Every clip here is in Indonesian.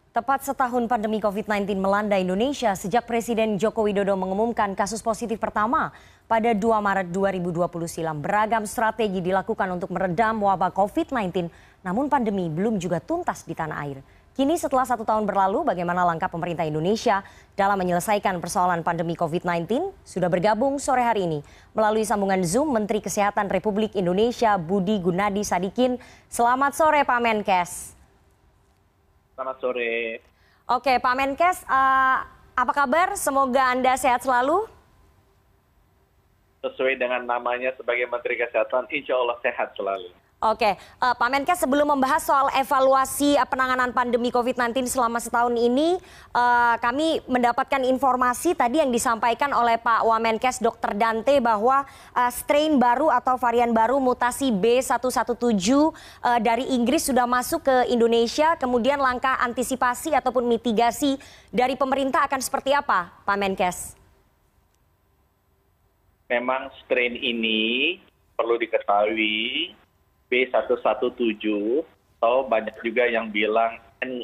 Tepat setahun pandemi COVID-19 melanda Indonesia sejak Presiden Joko Widodo mengumumkan kasus positif pertama pada 2 Maret 2020 silam. Beragam strategi dilakukan untuk meredam wabah COVID-19, namun pandemi belum juga tuntas di tanah air. Kini setelah 1 tahun berlalu, bagaimana langkah pemerintah Indonesia dalam menyelesaikan persoalan pandemi COVID-19? Sudah bergabung sore hari ini melalui sambungan Zoom Menteri Kesehatan Republik Indonesia Budi Gunadi Sadikin. Selamat sore Pak Menkes. Selamat sore. Oke, Pak Menkes, apa kabar? Semoga Anda sehat selalu. Sesuai dengan namanya sebagai Menteri Kesehatan, insya Allah sehat selalu. Oke, Pak Menkes, sebelum membahas soal evaluasi penanganan pandemi COVID-19 selama setahun ini, kami mendapatkan informasi tadi yang disampaikan oleh Pak Wamenkes Dr. Dante bahwa strain baru atau varian baru mutasi B117 dari Inggris sudah masuk ke Indonesia. Kemudian langkah antisipasi ataupun mitigasi dari pemerintah akan seperti apa, Pak Menkes? Memang strain ini perlu diketahui B117 atau banyak juga yang bilang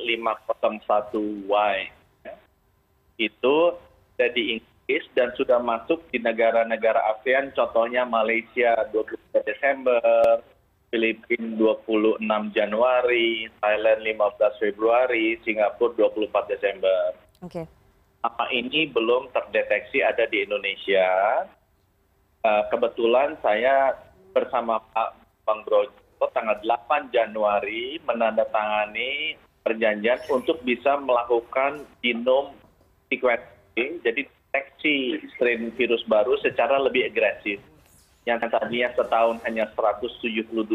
N501Y. Itu ada di Inggris dan sudah masuk di negara-negara ASEAN, contohnya Malaysia 23 Desember, Filipina 26 Januari, Thailand 15 Februari, Singapura 24 Desember. Oke. Apa ini belum terdeteksi ada di Indonesia. Kebetulan saya bersama Pak Bang Brojo tanggal 8 Januari menandatangani perjanjian untuk bisa melakukan genome sequencing, jadi deteksi strain virus baru secara lebih agresif. Yang tadinya setahun hanya 172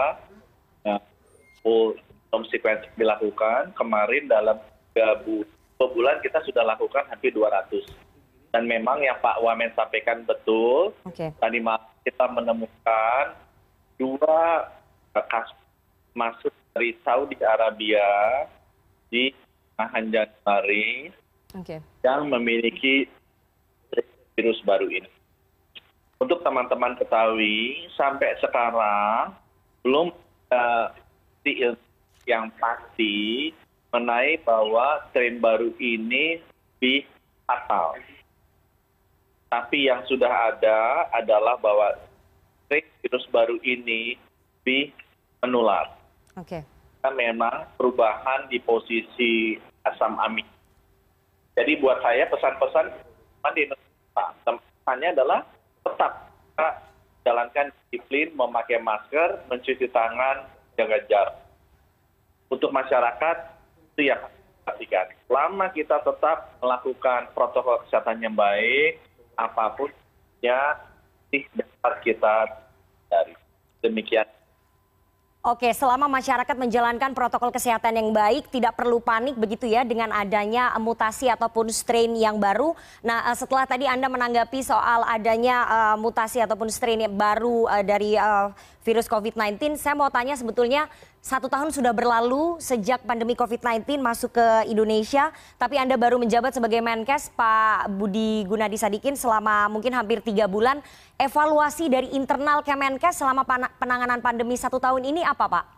full genome sequencing dilakukan, kemarin dalam 2 bulan kita sudah lakukan hampir 200. Dan memang yang Pak Wamen sampaikan betul, tadi malam kita menemukan 2 kasus masuk dari Saudi Arabia di pertengahan Januari yang memiliki virus baru ini. Untuk teman-teman ketahui, sampai sekarang belum ada yang pasti mengenai bahwa strain baru ini lebih fatal. Tapi yang sudah ada adalah bahwa virus baru ini lebih menular. Karena memang perubahan di posisi asam amino. Jadi buat saya pesan-pesan di Indonesia, pesannya adalah tetap jalankan disiplin, memakai masker, mencuci tangan, jaga jarak. Untuk masyarakat itu yang harus diperhatikan. Selama kita tetap melakukan protokol kesehatan yang baik, apapun ya dapat kita dari demikian. Oke, selama masyarakat menjalankan protokol kesehatan yang baik, tidak perlu panik begitu ya dengan adanya mutasi ataupun strain yang baru. Nah, setelah tadi Anda menanggapi soal adanya mutasi ataupun strain yang baru dari virus COVID-19, saya mau tanya sebetulnya 1 tahun sudah berlalu sejak pandemi COVID-19 masuk ke Indonesia, tapi Anda baru menjabat sebagai Menkes, Pak Budi Gunadi Sadikin, selama mungkin hampir 3 bulan. Evaluasi dari internal Kemenkes selama penanganan pandemi 1 tahun ini apa, Pak?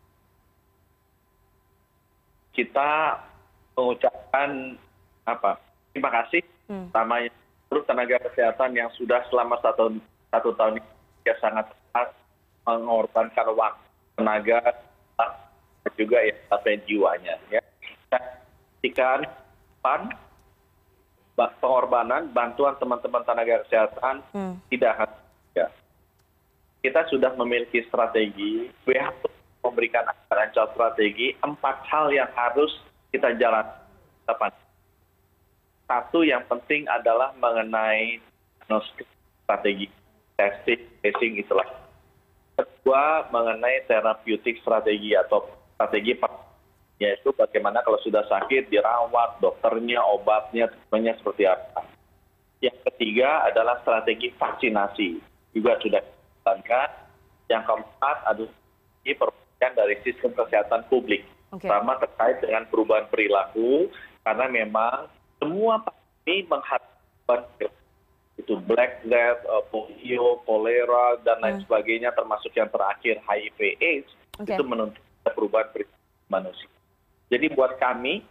Kita mengucapkan terima kasih sama seluruh tenaga kesehatan yang sudah selama 1 tahun ini sangat keras mengorbankan waktu, tenaga, juga ya sampai jiwanya. Ya. Pastikan pengorbanan, bantuan teman-teman tenaga kesehatan tidak hanya. Ya. Kita sudah memiliki strategi, WHO memberikan ancang strategi 4 hal yang harus kita jalankan. 1 yang penting adalah mengenai strategi testing, tracing itulah. 2 mengenai terapeutik strategi atau strategi yaitu bagaimana kalau sudah sakit dirawat, dokternya, obatnya, treatmentnya seperti apa. Yang ketiga adalah strategi vaksinasi juga sudah dijalankan. Yang keempat adalah perbaikan dari sistem kesehatan publik, terutama terkait dengan perubahan perilaku karena memang semua pandemi menghadapi itu Black Death, polio, kolera, dan lain sebagainya, termasuk yang terakhir HIV/AIDS, itu menuntut perubahan perilaku manusia. Jadi buat kami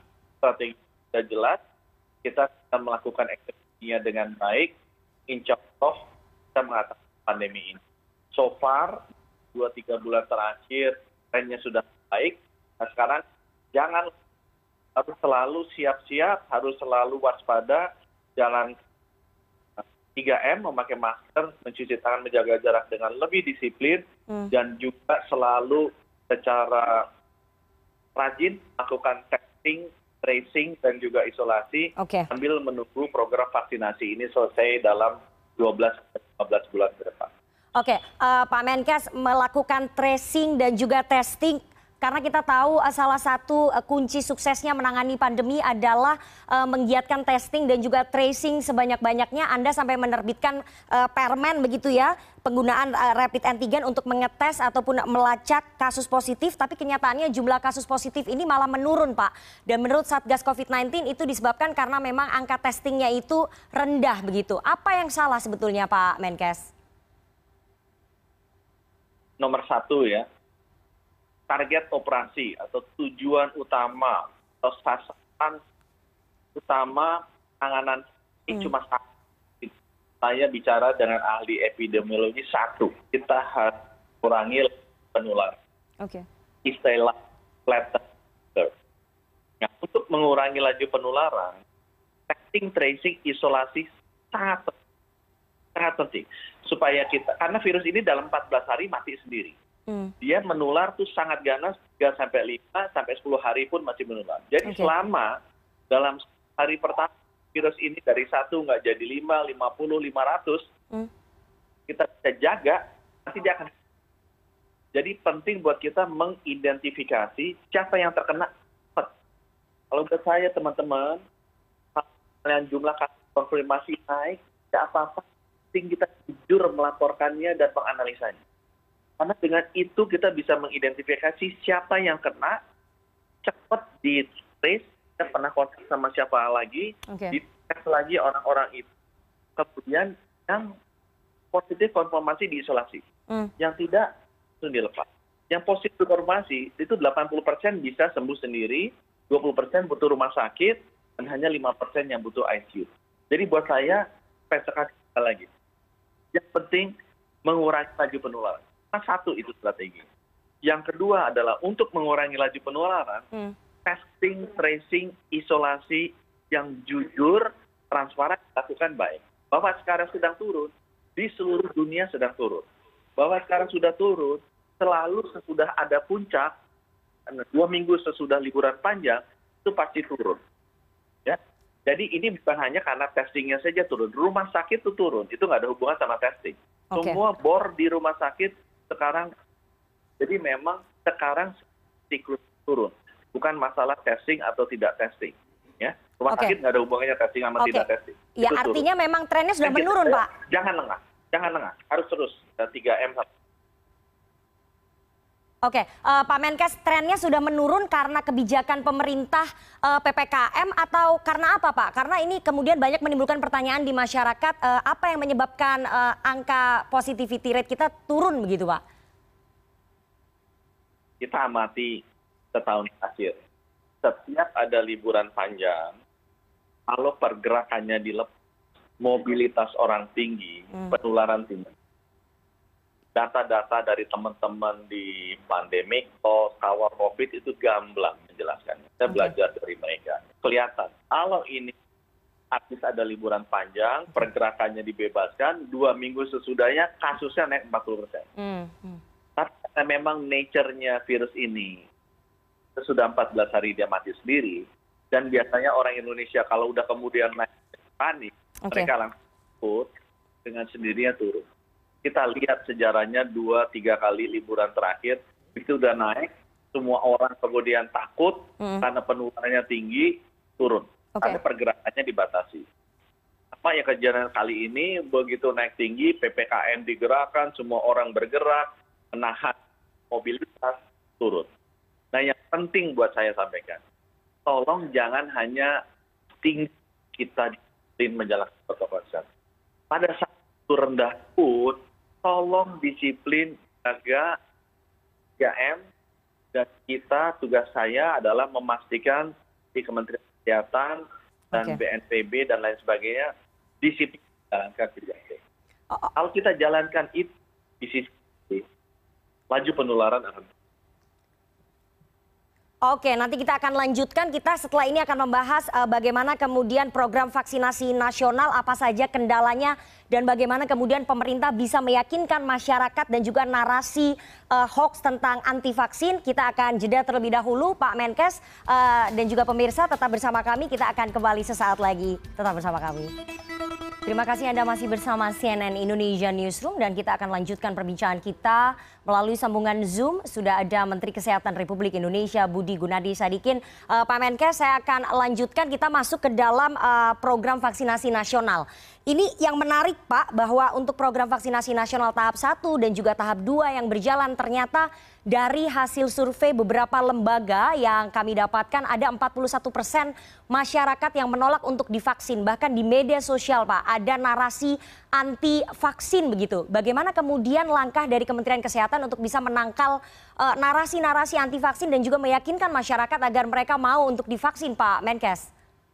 strategi sudah jelas, kita akan melakukan eksekusinya dengan baik, insya Allah kita mengatasi pandemi ini. So far, 2-3 bulan terakhir, trennya sudah baik. Nah sekarang jangan, harus selalu siap-siap, harus selalu waspada, jalan 3M, memakai masker, mencuci tangan, menjaga jarak dengan lebih disiplin, dan juga selalu secara rajin melakukan testing, tracing, dan juga isolasi sambil menunggu program vaksinasi ini selesai dalam 12-15 bulan ke depan. Oke, Pak Menkes melakukan tracing dan juga testing karena kita tahu salah satu kunci suksesnya menangani pandemi adalah menggiatkan testing dan juga tracing sebanyak-banyaknya. Anda sampai menerbitkan permen begitu ya, penggunaan rapid antigen untuk mengetes ataupun melacak kasus positif, tapi kenyataannya jumlah kasus positif ini malah menurun, Pak. Dan menurut Satgas COVID-19 itu disebabkan karena memang angka testingnya itu rendah begitu. Apa yang salah sebetulnya, Pak Menkes? Nomor satu ya, target operasi atau tujuan utama atau sasaran utama penanganan ini cuma satu. Saya bicara dengan ahli epidemiologi, satu, kita harus kurangi penularan. Istilah flatten curve. Nah, untuk mengurangi laju penularan, testing, tracing, isolasi sangat penting supaya kita, karena virus ini dalam 14 hari mati sendiri. Dia menular tuh sangat ganas, 3-5-10 hari pun masih menular. Jadi selama dalam hari pertama virus ini dari 1 nggak jadi 5, 50, 500, kita bisa jaga, nanti dia akan. Jadi penting buat kita mengidentifikasi siapa yang terkena. Kalau menurut saya teman-teman, kalau jumlah kasus konfirmasi naik, tidak apa-apa, penting kita jujur melaporkannya dan menganalisanya. Karena dengan itu kita bisa mengidentifikasi siapa yang kena, cepat di-trace, kita pernah kontak sama siapa lagi, di-tes lagi orang-orang itu. Kemudian yang positif konfirmasi diisolasi. Yang tidak, itu dilepas. Yang positif konfirmasi, itu 80% bisa sembuh sendiri, 20% butuh rumah sakit, dan hanya 5% yang butuh ICU. Jadi buat saya, sekali lagi. Yang penting, mengurangi laju penularan. Satu itu strategi. Yang kedua adalah untuk mengurangi laju penularan, testing, tracing, isolasi yang jujur, transparan dilakukan baik. Bahwa sekarang sedang turun, di seluruh dunia sedang turun. Bahwa sekarang sudah turun, selalu sesudah ada puncak, 2 minggu sesudah liburan panjang, itu pasti turun. Ya. Jadi ini bukan hanya karena testingnya saja turun. Rumah sakit itu turun, itu nggak ada hubungan sama testing. Semua bor di rumah sakit sekarang, jadi memang sekarang siklus turun, bukan masalah testing atau tidak testing, ya. Rumah sakit nggak ada hubungannya testing sama tidak testing. Ya artinya turun. Memang trennya sudah menurun, Pak. Jangan lengah, harus terus 3M. Pak Menkes, trennya sudah menurun karena kebijakan pemerintah PPKM atau karena apa, Pak? Karena ini kemudian banyak menimbulkan pertanyaan di masyarakat, apa yang menyebabkan angka positivity rate kita turun begitu, Pak? Kita amati setahun terakhir. Setiap ada liburan panjang, kalau pergerakannya dilepas, mobilitas orang tinggi, penularan tinggi. Data-data dari teman-teman di pandemik atau kawal COVID itu gamblang menjelaskannya. Saya belajar dari mereka. Kelihatan, kalau ini habis ada liburan panjang, pergerakannya dibebaskan, 2 minggu sesudahnya kasusnya naik 40%. Tapi karena memang nature-nya virus ini, sudah 14 hari dia mati sendiri, dan biasanya orang Indonesia kalau udah kemudian naik panik, mereka langsung ikut dengan sendirinya turun. Kita lihat sejarahnya 2-3 kali liburan terakhir, itu udah naik, semua orang kemudian takut karena penularannya tinggi, turun. Karena pergerakannya dibatasi. Apa yang kejadian kali ini, begitu naik tinggi, PPKM digerakkan, semua orang bergerak, menahan mobilitas, turun. Nah yang penting buat saya sampaikan, tolong jangan hanya tinggi kita disiplin menjalankan protokol kesehatan. Pada saat itu rendah pun, tolong disiplin jaga 3M, dan kita, tugas saya adalah memastikan di Kementerian kesehatan dan BNPB dan lain sebagainya disiplin jalankan 3T. Kalau kita jalankan itu di sisi laju penularan akan. Oke, nanti kita akan lanjutkan. Kita setelah ini akan membahas bagaimana kemudian program vaksinasi nasional, apa saja kendalanya, dan bagaimana kemudian pemerintah bisa meyakinkan masyarakat dan juga narasi hoax tentang anti vaksin. Kita akan jeda terlebih dahulu, Pak Menkes dan juga pemirsa tetap bersama kami. Kita akan kembali sesaat lagi. Tetap bersama kami. Terima kasih Anda masih bersama CNN Indonesia Newsroom dan kita akan lanjutkan perbincangan kita melalui sambungan Zoom. Sudah ada Menteri Kesehatan Republik Indonesia Budi Gunadi Sadikin. Pak Menkes, saya akan lanjutkan, kita masuk ke dalam program vaksinasi nasional. Ini yang menarik Pak, bahwa untuk program vaksinasi nasional tahap 1 dan juga tahap 2 yang berjalan ternyata dari hasil survei beberapa lembaga yang kami dapatkan ada 41% masyarakat yang menolak untuk divaksin. Bahkan di media sosial Pak ada narasi anti vaksin begitu. Bagaimana kemudian langkah dari Kementerian Kesehatan untuk bisa menangkal narasi-narasi anti vaksin dan juga meyakinkan masyarakat agar mereka mau untuk divaksin Pak Menkes?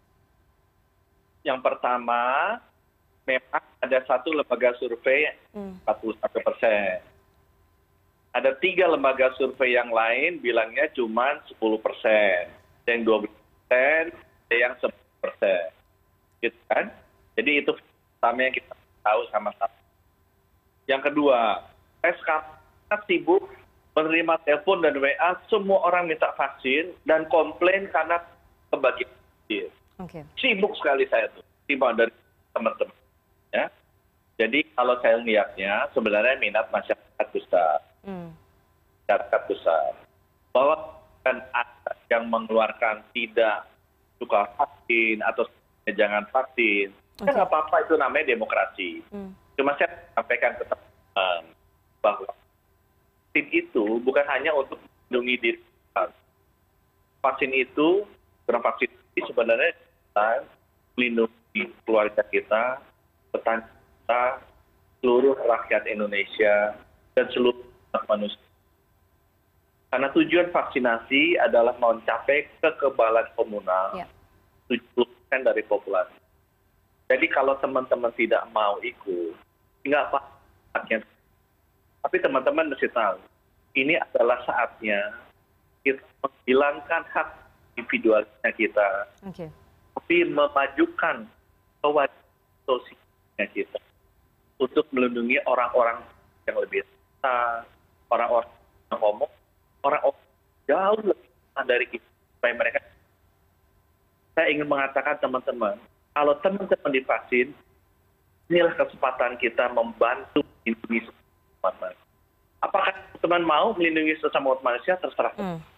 Yang pertama, memang ada satu lembaga survei 41%. Ada 3 lembaga survei yang lain bilangnya cuma 10%, ada yang 12%, ada yang 10%. Gitu kan? Jadi itu pertama yang kita tahu sama-sama. Yang kedua, saya sekarang sibuk menerima telepon dan WA, semua orang minta vaksin dan komplain karena kebagian vaksin. Sibuk sekali saya tuh, tiba dari teman-teman. Ya. Jadi kalau saya lihatnya sebenarnya minat masyarakat besar. Masyarakat besar. Bahwa kan ada yang mengeluarkan tidak suka vaksin atau jangan vaksin. Ya nggak apa-apa, itu namanya demokrasi. Cuma saya sampaikan ke teman-teman bahwa vaksin itu bukan hanya untuk melindungi diri kita. Vaksin itu, program vaksin ini sebenarnya melindungi keluarga kita, petani kita, seluruh rakyat Indonesia, dan seluruh manusia. Karena tujuan vaksinasi adalah mencapai kekebalan komunal 70% dari populasi. Jadi kalau teman-teman tidak mau ikut, nggak apa-apa. Tapi teman-teman mesti tahu, ini adalah saatnya kita menghilangkan hak individualnya kita, tapi memajukan kewajiban sosialnya kita untuk melindungi orang-orang yang lebih rentan, orang-orang yang ngomong, orang-orang jauh lebih dari kita, supaya mereka. Saya ingin mengatakan teman-teman, kalau teman-teman divaksin, inilah kesempatan kita membantu melindungi umat manusia. Apakah teman mau melindungi sesama umat manusia, terserah.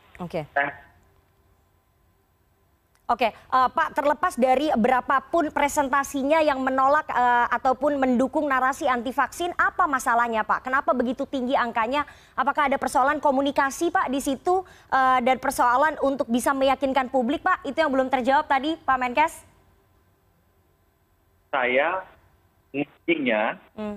Oke, Pak, terlepas dari berapapun presentasinya yang menolak ataupun mendukung narasi anti vaksin, apa masalahnya Pak? Kenapa begitu tinggi angkanya? Apakah ada persoalan komunikasi Pak di situ dan persoalan untuk bisa meyakinkan publik Pak? Itu yang belum terjawab tadi Pak Menkes. Saya ujinya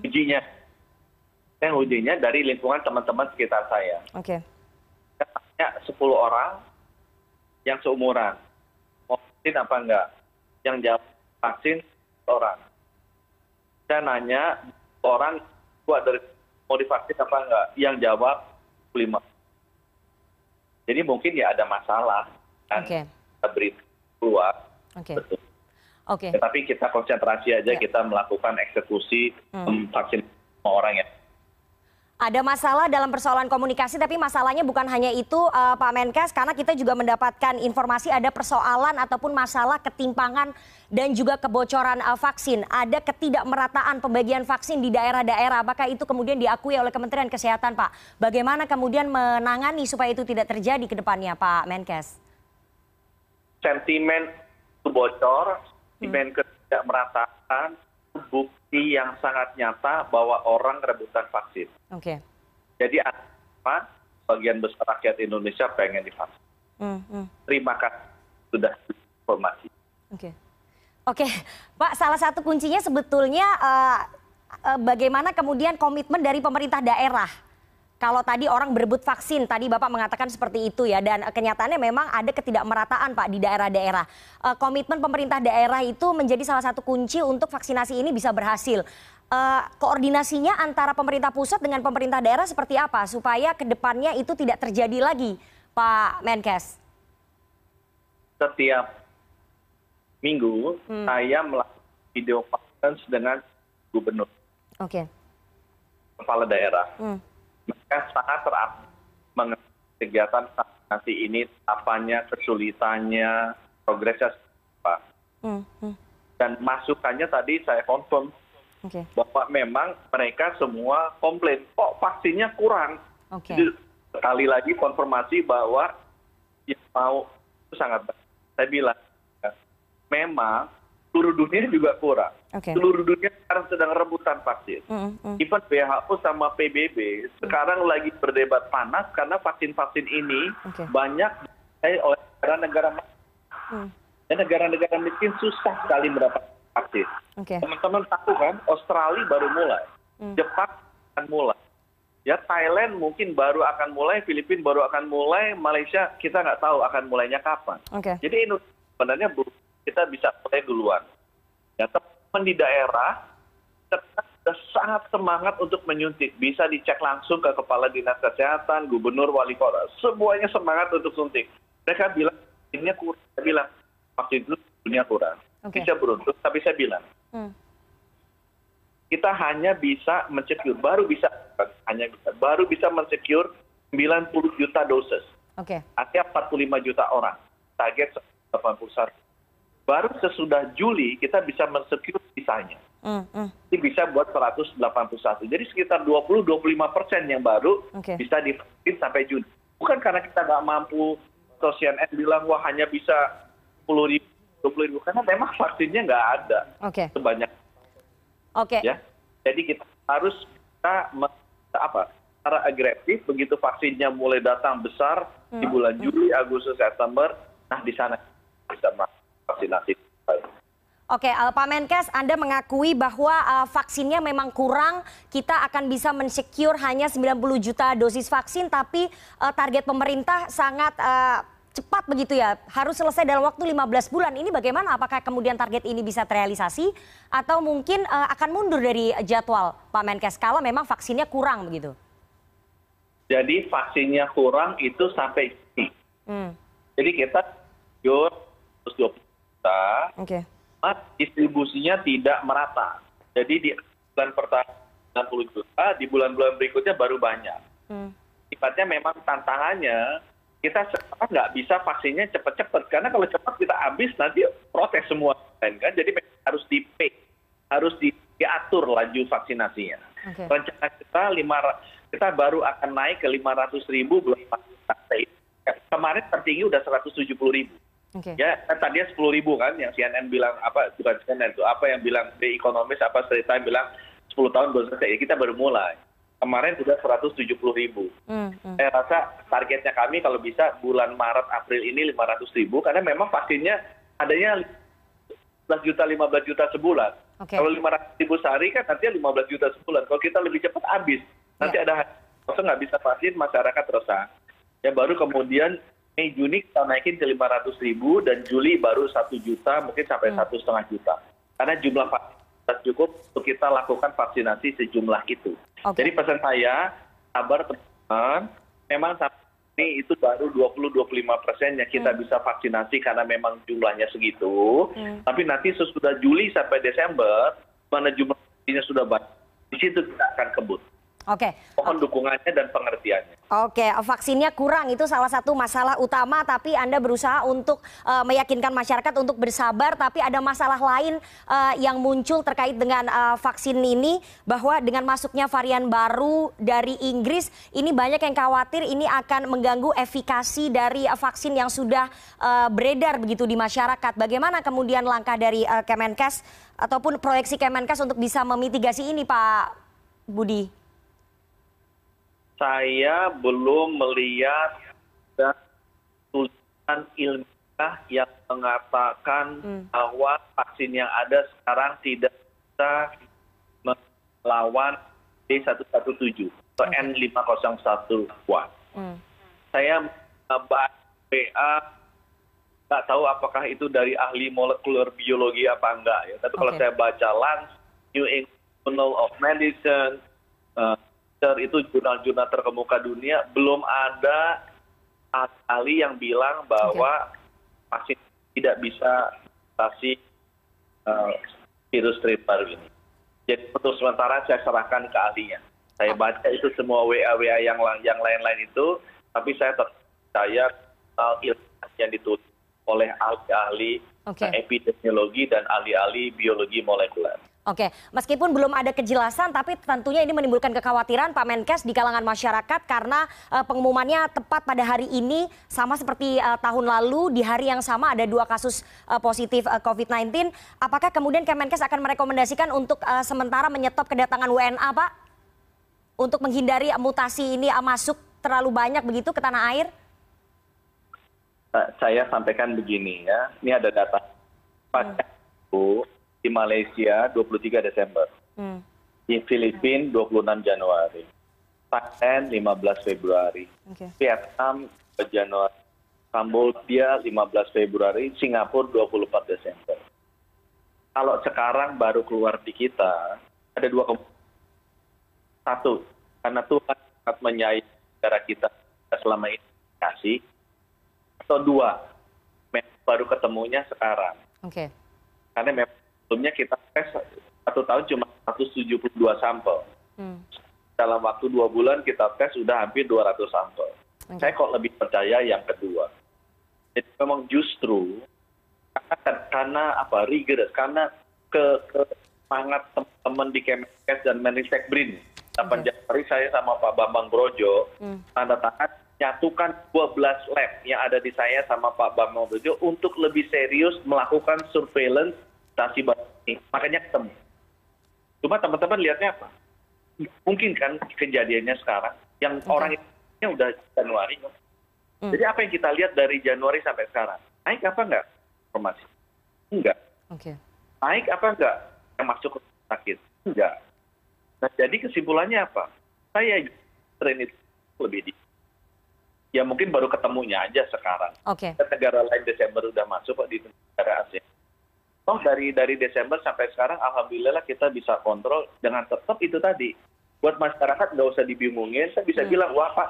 dari lingkungan teman-teman sekitar saya. Saya tanya 10 orang yang seumuran. Mau vaksin apa enggak? Yang jawab vaksin orang. Saya nanya orang dari mau divaksin apa enggak? Yang jawab 5. Jadi mungkin ya ada masalah kan? Kita beri keluar. Betul. Tetapi kita konsentrasi aja, kita melakukan eksekusi vaksin semua orang ya. Ada masalah dalam persoalan komunikasi, tapi masalahnya bukan hanya itu Pak Menkes, karena kita juga mendapatkan informasi ada persoalan ataupun masalah ketimpangan dan juga kebocoran vaksin. Ada ketidakmerataan pembagian vaksin di daerah-daerah. Apakah itu kemudian diakui oleh Kementerian Kesehatan Pak? Bagaimana kemudian menangani supaya itu tidak terjadi ke depannya Pak Menkes? Sentimen itu bocor, sentimen ketidakmerataan, bukti yang sangat nyata bahwa orang rebutan vaksin. Jadi apa? Bagian besar rakyat Indonesia pengen divaksin. Terima kasih sudah informasi. Oke, Pak, salah satu kuncinya sebetulnya bagaimana kemudian komitmen dari pemerintah daerah Kalau tadi orang berebut vaksin, tadi Bapak mengatakan seperti itu ya, dan kenyataannya memang ada ketidakmerataan Pak di daerah-daerah. Komitmen pemerintah daerah itu menjadi salah satu kunci untuk vaksinasi ini bisa berhasil. Koordinasinya antara pemerintah pusat dengan pemerintah daerah seperti apa supaya kedepannya itu tidak terjadi lagi, Pak Menkes? Setiap minggu saya melakukan video conference dengan gubernur, kepala daerah. Mereka sangat terupdate mengenai kegiatan vaksinasi ini, apanya, kesulitannya, progresnya apa. Dan masukannya tadi saya confirm bahwa memang mereka semua komplain, kok vaksinnya kurang. Jadi, sekali lagi konfirmasi bahwa yang mau itu sangat baik. Saya bilang, memang seluruh dunia juga kurang. Seluruh dunia sekarang sedang rebutan vaksin. Even WHO sama PBB sekarang lagi berdebat panas karena vaksin-vaksin ini banyak oleh negara-negara miskin. Dan negara-negara miskin susah sekali mendapatkan vaksin. Teman-teman tahu kan, Australia baru mulai, Jepang akan mulai, ya Thailand mungkin baru akan mulai, Filipina baru akan mulai, Malaysia kita nggak tahu akan mulainya kapan. Jadi ini sebenarnya kita bisa mulai duluan. Ya, teman di daerah sudah sangat semangat untuk menyuntik. Bisa dicek langsung ke kepala dinas kesehatan, gubernur, wali kota. Semuanya semangat untuk suntik. Mereka bilang vaksinnya kurang. Saya bilang vaksin itu dunia kurang. Bisa beruntung, tapi saya bilang kita hanya bisa mencecure, baru bisa mencecure 90 juta dosis. Artinya 45 juta orang. Target 81. Baru sesudah Juli kita bisa men-secure sisanya. Ini bisa buat 181. Jadi sekitar 20-25% yang baru bisa divaksin sampai Juni. Bukan karena kita nggak mampu, atau CNN bilang wah hanya bisa 10.000, 20.000. Karena memang vaksinnya nggak ada sebanyak. Ya. Jadi kita harus secara agresif begitu vaksinnya mulai datang besar di bulan Juli, Agustus, September. Nah di sana bisa vaksinasi. Pak Menkes, Anda mengakui bahwa vaksinnya memang kurang, kita akan bisa men-secure hanya 90 juta dosis vaksin, tapi target pemerintah sangat cepat begitu ya, harus selesai dalam waktu 15 bulan. Ini bagaimana? Apakah kemudian target ini bisa terrealisasi atau mungkin akan mundur dari jadwal, Pak Menkes, kalau memang vaksinnya kurang begitu? Jadi vaksinnya kurang itu sampai Juni. Jadi kita 120 juta, distribusinya tidak merata. Jadi di bulan pertama 90 juta, di bulan-bulan berikutnya baru banyak. Sifatnya memang tantangannya, kita sekarang nggak bisa vaksinnya cepat-cepat. Karena kalau cepat kita habis, nanti protes semua. Kan? Jadi harus harus diatur laju vaksinasinya. Rencana kita baru akan naik ke 500.000 bulan kemarin tertinggi udah 170.000. Ya, tadinya 10.000 kan, yang CNN bilang bukan CNN itu, yang bilang The Economist, Straits Times bilang 10 tahun belum selesai. Kita baru mulai. Kemarin sudah 170.000. Saya rasa targetnya kami kalau bisa bulan Maret April ini 500.000 karena memang vaksinnya adanya 15 juta sebulan. Kalau 500.000 sehari kan artinya 15 juta sebulan. Kalau kita lebih cepat habis. Nanti ada nggak bisa vaksin, masyarakat resah. Ya baru kemudian Mei Juni kita naikin ke 500.000 dan Juli baru 1 juta, mungkin sampai 1,5 juta. Karena jumlah vaksin cukup untuk kita lakukan vaksinasi sejumlah itu. Jadi pesan saya, sabar teman-teman, memang sampai ini itu baru 20-25% yang kita bisa vaksinasi karena memang jumlahnya segitu. Tapi nanti sesudah Juli sampai Desember, mana jumlah vaksinnya sudah banyak, di situ kita akan kebut. Mohon dukungannya dan pengertiannya. Vaksinnya kurang itu salah satu masalah utama, tapi Anda berusaha untuk meyakinkan masyarakat untuk bersabar, tapi ada masalah lain yang muncul terkait dengan vaksin ini, bahwa dengan masuknya varian baru dari Inggris, ini banyak yang khawatir ini akan mengganggu efikasi dari vaksin yang sudah beredar begitu di masyarakat. Bagaimana kemudian langkah dari Kemenkes ataupun proyeksi Kemenkes untuk bisa memitigasi ini, Pak Budi? Saya belum melihat tulisan ilmiah yang mengatakan bahwa vaksin yang ada sekarang tidak bisa melawan B117. atau N501 kuat. Saya bahas WA, nggak tahu apakah itu dari ahli molekuler biologi apa enggak ya. Tapi kalau saya baca Lancet, New England Journal of Medicine, itu jurnal-jurnal terkemuka dunia, belum ada ahli yang bilang bahwa pasien tidak bisa mutasi virus strain baru ini. Jadi untuk sementara saya serahkan ke ahlinya. Saya baca itu semua WA yang lain-lain itu, tapi saya percaya ilmu yang ditulis oleh ahli-ahli epidemiologi dan ahli-ahli biologi molekuler. Oke, meskipun belum ada kejelasan, tapi tentunya ini menimbulkan kekhawatiran Pak Menkes di kalangan masyarakat karena pengumumannya tepat pada hari ini, sama seperti tahun lalu di hari yang sama ada 2 kasus positif COVID-19. Apakah kemudian Kemenkes akan merekomendasikan untuk sementara menyetop kedatangan WNA, Pak? Untuk menghindari mutasi ini masuk terlalu banyak begitu ke tanah air? Saya sampaikan begini ya, ini ada data. Di Malaysia 23 Desember, di Filipina 26 Januari, Thailand 15 Februari, Vietnam 2 Januari, Kamboja 15 Februari, Singapura 24 Desember. Kalau sekarang baru keluar di kita, ada 2 kemungkinan. 1, karena Tuhan sangat menyayangi negara kita selama ini kasih, atau 2, baru ketemunya sekarang. Karena memang sebelumnya kita tes 1 tahun cuma 172 sampel. Dalam waktu 2 bulan kita tes sudah hampir 200 sampel. Saya kok lebih percaya yang kedua. Jadi memang justru karena rigorous, karena semangat teman-teman di Kemenkes dan Menristek BRIN. 8 Januari saya sama Pak Bambang Brojo tanda tangan nyatukan 12 lab yang ada di saya sama Pak Bambang Brojo untuk lebih serius melakukan surveillance mutasi baru ini. Makanya ketemu. Cuma teman-teman lihatnya apa? Mungkin kan kejadiannya sekarang yang orang itu udah Januari. Jadi apa yang kita lihat dari Januari sampai sekarang? Naik apa enggak informasi? Enggak. Naik apa enggak yang masuk ke sakit? Enggak. Nah, jadi kesimpulannya apa? Saya tren itu lebih di. Ya mungkin baru ketemunya aja sekarang. Negara lain Desember udah masuk kok di negara Asia. Dari Desember sampai sekarang alhamdulillah kita bisa kontrol dengan tetap itu tadi. Buat masyarakat nggak usah dibingungin, saya bisa bilang, wah Pak,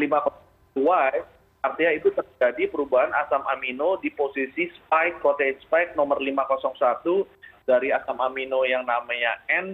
N5Y artinya itu terjadi perubahan asam amino di posisi spike, protein spike nomor 501 dari asam amino yang namanya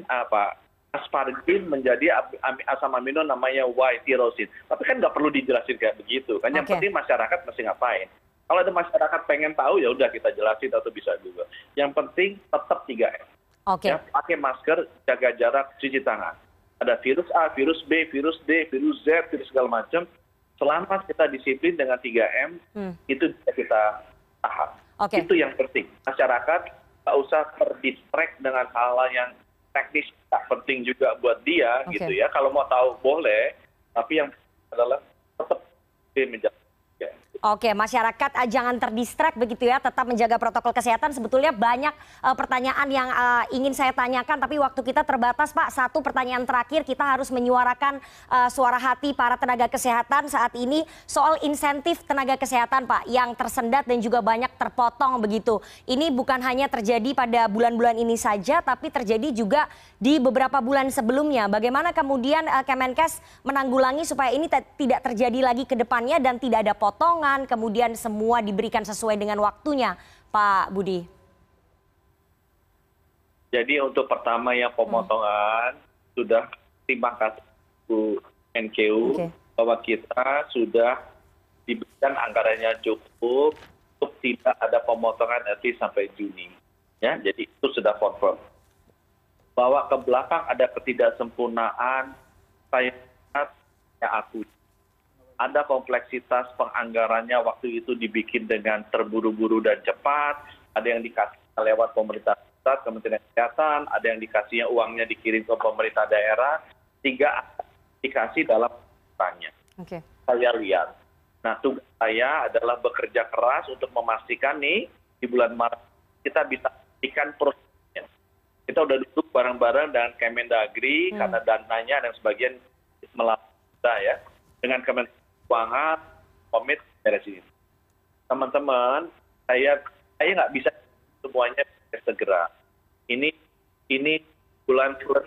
asparagin menjadi asam amino namanya Y, tirosin. Tapi kan nggak perlu dijelasin kayak begitu. Kan yang penting masyarakat mesti ngapain. Kalau ada masyarakat pengen tahu ya udah kita jelasin atau bisa juga. Yang penting tetap 3M. Ya, pakai masker, jaga jarak, cuci tangan. Ada virus A, virus B, virus D, virus Z, virus segala macam. Selama kita disiplin dengan 3M, itu bisa kita tahan. Itu yang penting. Masyarakat nggak usah terdistract dengan hal-hal yang teknis, tak penting juga buat dia gitu ya. Kalau mau tahu boleh, tapi yang adalah tetap menjaga. Masyarakat jangan terdistract begitu ya, tetap menjaga protokol kesehatan. Sebetulnya banyak pertanyaan yang ingin saya tanyakan, tapi waktu kita terbatas Pak. 1 pertanyaan terakhir, kita harus menyuarakan suara hati para tenaga kesehatan saat ini soal insentif tenaga kesehatan Pak, yang tersendat dan juga banyak terpotong begitu. Ini bukan hanya terjadi pada bulan-bulan ini saja, tapi terjadi juga di beberapa bulan sebelumnya. Bagaimana kemudian Kemenkes menanggulangi supaya ini tidak terjadi lagi ke depannya dan tidak ada potongan, kemudian semua diberikan sesuai dengan waktunya, Pak Budi? Jadi untuk pertama yang pemotongan, sudah terima kasih Bu NKU bahwa kita sudah diberikan anggarannya cukup untuk tidak ada pemotongan nanti sampai Juni. Ya, jadi itu sudah confirm. Bahwa ke belakang ada ketidaksempurnaan, saya akui. Ada kompleksitas penganggarannya waktu itu dibikin dengan terburu-buru dan cepat, ada yang dikasih lewat pemerintah pusat, Kementerian Kesehatan, ada yang dikasihnya uangnya dikirim ke pemerintah daerah, 3 dikasih dalam tanya. Saya lihat. Nah, tugas saya adalah bekerja keras untuk memastikan nih di bulan Maret kita bisa ikan prosesnya. Kita udah duduk bareng-bareng dengan Kemendagri karena dananya dan sebagian melalui kita ya, dengan Kementerian Keuangan komit beres ini. Teman-teman, saya nggak bisa semuanya segera. Ini bulan plus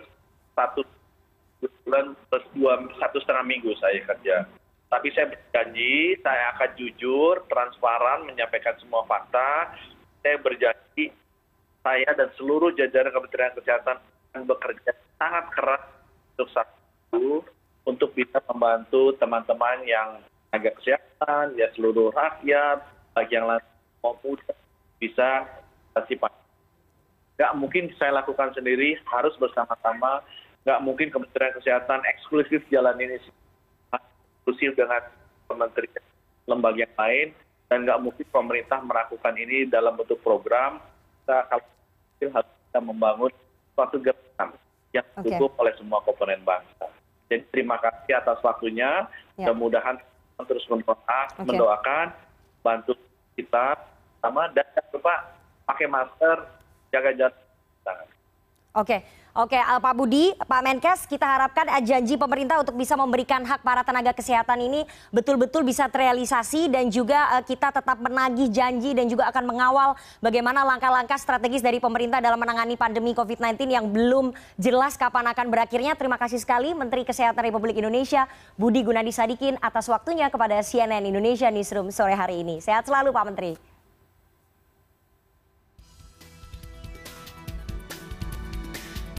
bulan plus 1,5 minggu saya kerja. Tapi saya berjanji, saya akan jujur, transparan, menyampaikan semua fakta. Saya berjanji, saya dan seluruh jajaran Kementerian Kesehatan akan bekerja sangat keras untuk satu, untuk bisa membantu teman-teman yang tenaga kesehatan, ya seluruh rakyat, bagi yang lain maupun bisa partisipasi. Nggak mungkin saya lakukan sendiri, harus bersama-sama. Nggak mungkin Kementerian Kesehatan eksklusif jalan ini eksklusif dengan kementerian lembaga yang lain, dan nggak mungkin pemerintah melakukan ini dalam bentuk program. Kita kalau harus kita membangun suatu gerakan yang didukung oleh semua komponen bangsa. Jadi terima kasih atas waktunya. Mudah-mudahan terus mendoakan, bantu kita sama, dan jangan lupa pakai masker, jaga jarak. Oke, Pak Budi, Pak Menkes, kita harapkan janji pemerintah untuk bisa memberikan hak para tenaga kesehatan ini betul-betul bisa terrealisasi, dan juga kita tetap menagih janji dan juga akan mengawal bagaimana langkah-langkah strategis dari pemerintah dalam menangani pandemi COVID-19 yang belum jelas kapan akan berakhirnya. Terima kasih sekali Menteri Kesehatan Republik Indonesia Budi Gunadisadikin atas waktunya kepada CNN Indonesia Newsroom sore hari ini. Sehat selalu Pak Menteri.